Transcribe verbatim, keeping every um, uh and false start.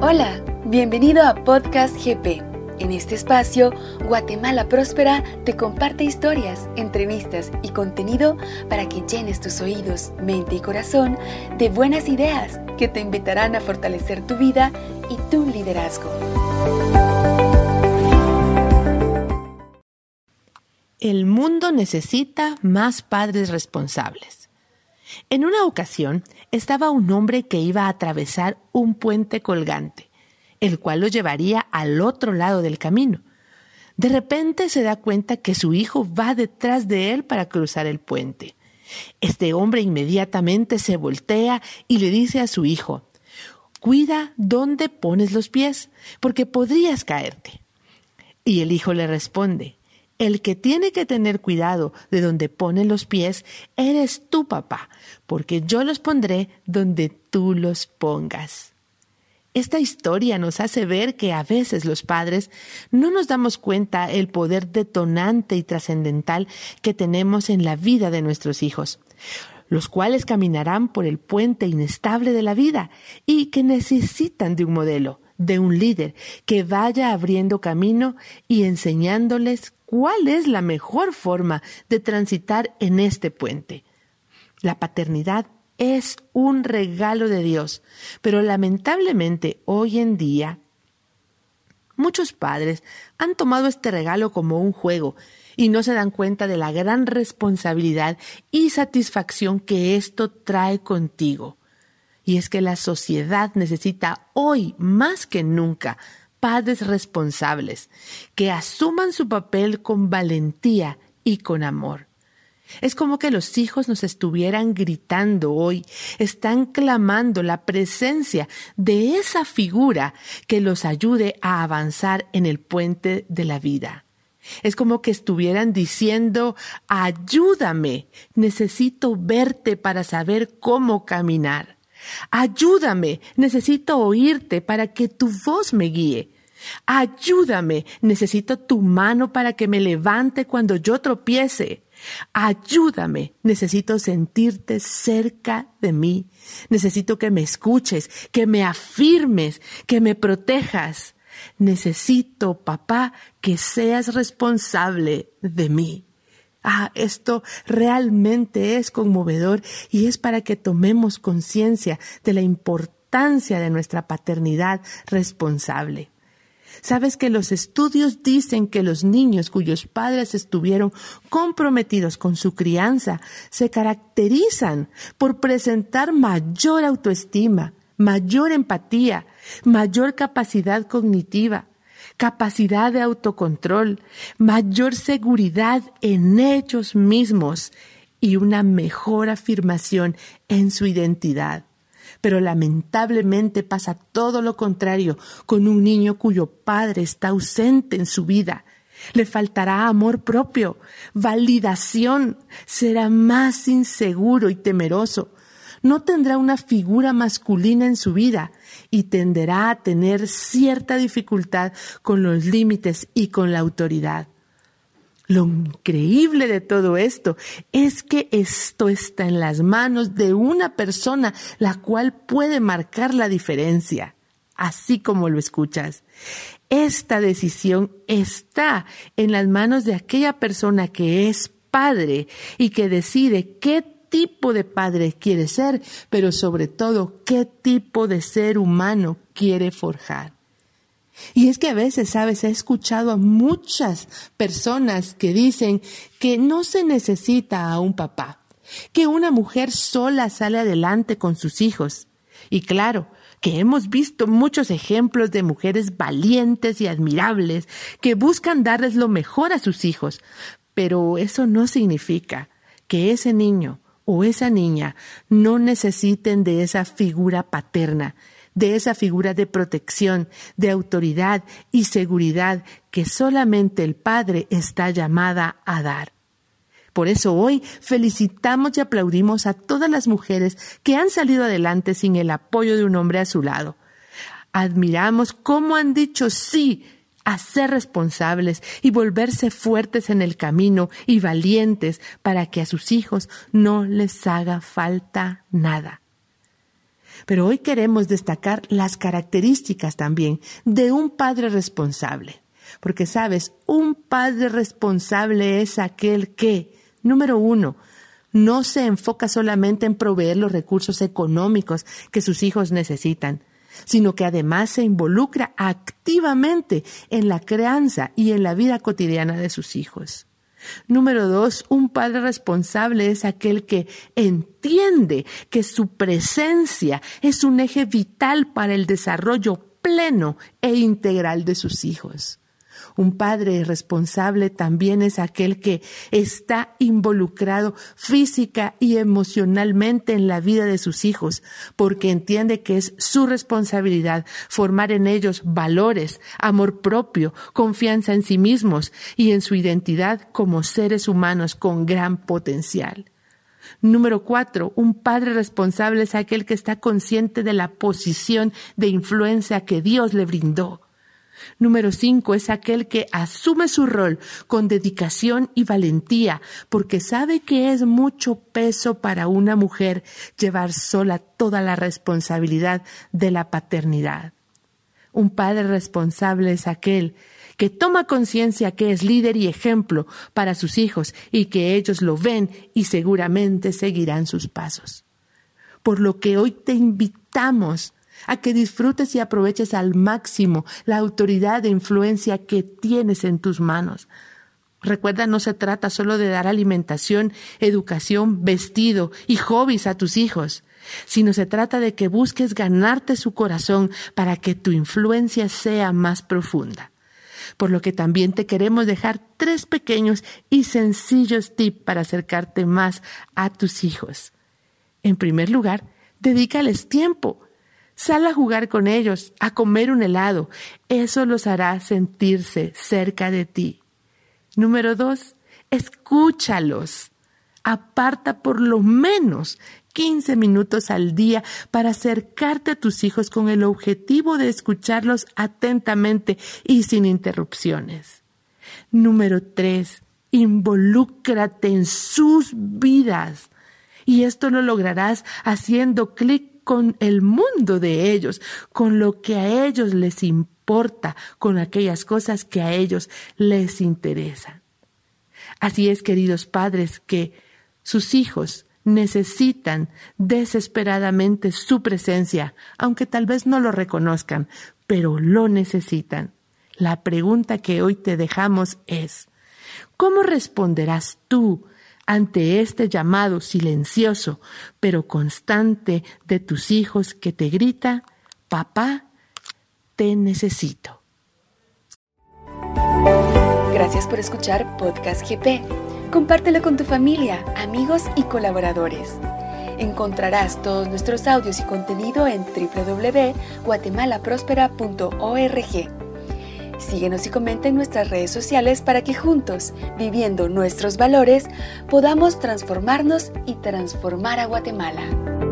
Hola, bienvenido a Podcast G P. En este espacio, Guatemala Próspera te comparte historias, entrevistas y contenido para que llenes tus oídos, mente y corazón de buenas ideas que te invitarán a fortalecer tu vida y tu liderazgo. El mundo necesita más padres responsables. En una ocasión, estaba un hombre que iba a atravesar un puente colgante, el cual lo llevaría al otro lado del camino. De repente se da cuenta que su hijo va detrás de él para cruzar el puente. Este hombre inmediatamente se voltea y le dice a su hijo: «Cuida dónde pones los pies, porque podrías caerte». Y el hijo le responde: «El que tiene que tener cuidado de donde ponen los pies eres tú, papá, porque yo los pondré donde tú los pongas». Esta historia nos hace ver que a veces los padres no nos damos cuenta el poder detonante y trascendental que tenemos en la vida de nuestros hijos, los cuales caminarán por el puente inestable de la vida y que necesitan de un modelo, de un líder que vaya abriendo camino y enseñándoles cuál es la mejor forma de transitar en este puente. La paternidad es un regalo de Dios, pero lamentablemente hoy en día muchos padres han tomado este regalo como un juego y no se dan cuenta de la gran responsabilidad y satisfacción que esto trae contigo. Y es que la sociedad necesita hoy más que nunca padres responsables que asuman su papel con valentía y con amor. Es como que los hijos nos estuvieran gritando hoy, están clamando la presencia de esa figura que los ayude a avanzar en el puente de la vida. Es como que estuvieran diciendo: «Ayúdame, necesito verte para saber cómo caminar. Ayúdame, necesito oírte para que tu voz me guíe. Ayúdame, necesito tu mano para que me levante cuando yo tropiece. Ayúdame, necesito sentirte cerca de mí. Necesito que me escuches, que me afirmes, que me protejas. Necesito, papá, que seas responsable de mí». Ah, esto realmente es conmovedor y es para que tomemos conciencia de la importancia de nuestra paternidad responsable. ¿Sabes que los estudios dicen que los niños cuyos padres estuvieron comprometidos con su crianza se caracterizan por presentar mayor autoestima, mayor empatía, mayor capacidad cognitiva, capacidad de autocontrol, mayor seguridad en ellos mismos y una mejor afirmación en su identidad? Pero lamentablemente pasa todo lo contrario con un niño cuyo padre está ausente en su vida. Le faltará amor propio, validación, será más inseguro y temeroso. No tendrá una figura masculina en su vida y tenderá a tener cierta dificultad con los límites y con la autoridad. Lo increíble de todo esto es que esto está en las manos de una persona la cual puede marcar la diferencia, así como lo escuchas. Esta decisión está en las manos de aquella persona que es padre y que decide qué tipo de padre quiere ser, pero sobre todo qué tipo de ser humano quiere forjar. Y es que a veces, ¿sabes? He escuchado a muchas personas que dicen que no se necesita a un papá, que una mujer sola sale adelante con sus hijos. Y claro, que hemos visto muchos ejemplos de mujeres valientes y admirables que buscan darles lo mejor a sus hijos, pero eso no significa que ese niño o esa niña no necesiten de esa figura paterna, de esa figura de protección, de autoridad y seguridad que solamente el Padre está llamada a dar. Por eso hoy felicitamos y aplaudimos a todas las mujeres que han salido adelante sin el apoyo de un hombre a su lado. Admiramos cómo han dicho sí a ser responsables y volverse fuertes en el camino y valientes para que a sus hijos no les haga falta nada. Pero hoy queremos destacar las características también de un padre responsable. Porque, ¿sabes? Un padre responsable es aquel que, número uno, no se enfoca solamente en proveer los recursos económicos que sus hijos necesitan, sino que además se involucra activamente en la crianza y en la vida cotidiana de sus hijos. Número dos, un padre responsable es aquel que entiende que su presencia es un eje vital para el desarrollo pleno e integral de sus hijos. Un padre responsable también es aquel que está involucrado física y emocionalmente en la vida de sus hijos, porque entiende que es su responsabilidad formar en ellos valores, amor propio, confianza en sí mismos y en su identidad como seres humanos con gran potencial. Número cuatro, un padre responsable es aquel que está consciente de la posición de influencia que Dios le brindó. Número cinco es aquel que asume su rol con dedicación y valentía, porque sabe que es mucho peso para una mujer llevar sola toda la responsabilidad de la paternidad. Un padre responsable es aquel que toma conciencia que es líder y ejemplo para sus hijos y que ellos lo ven y seguramente seguirán sus pasos. Por lo que hoy te invitamos a que disfrutes y aproveches al máximo la autoridad e influencia que tienes en tus manos. Recuerda, no se trata solo de dar alimentación, educación, vestido y hobbies a tus hijos, sino se trata de que busques ganarte su corazón para que tu influencia sea más profunda. Por lo que también te queremos dejar tres pequeños y sencillos tips para acercarte más a tus hijos. En primer lugar, dedícales tiempo. Sal a jugar con ellos, a comer un helado. Eso los hará sentirse cerca de ti. Número dos, escúchalos. Aparta por lo menos quince minutos al día para acercarte a tus hijos con el objetivo de escucharlos atentamente y sin interrupciones. Número tres, involúcrate en sus vidas. Y esto lo lograrás haciendo clic con el mundo de ellos, con lo que a ellos les importa, con aquellas cosas que a ellos les interesan. Así es, queridos padres, que sus hijos necesitan desesperadamente su presencia, aunque tal vez no lo reconozcan, pero lo necesitan. La pregunta que hoy te dejamos es, ¿cómo responderás tú ante este llamado silencioso pero constante de tus hijos que te grita, papá, te necesito? Gracias por escuchar Podcast G P. Compártelo con tu familia, amigos y colaboradores. Encontrarás todos nuestros audios y contenido en doble u doble u doble u punto guatemala próspera punto org. Síguenos y comenta en nuestras redes sociales para que juntos, viviendo nuestros valores, podamos transformarnos y transformar a Guatemala.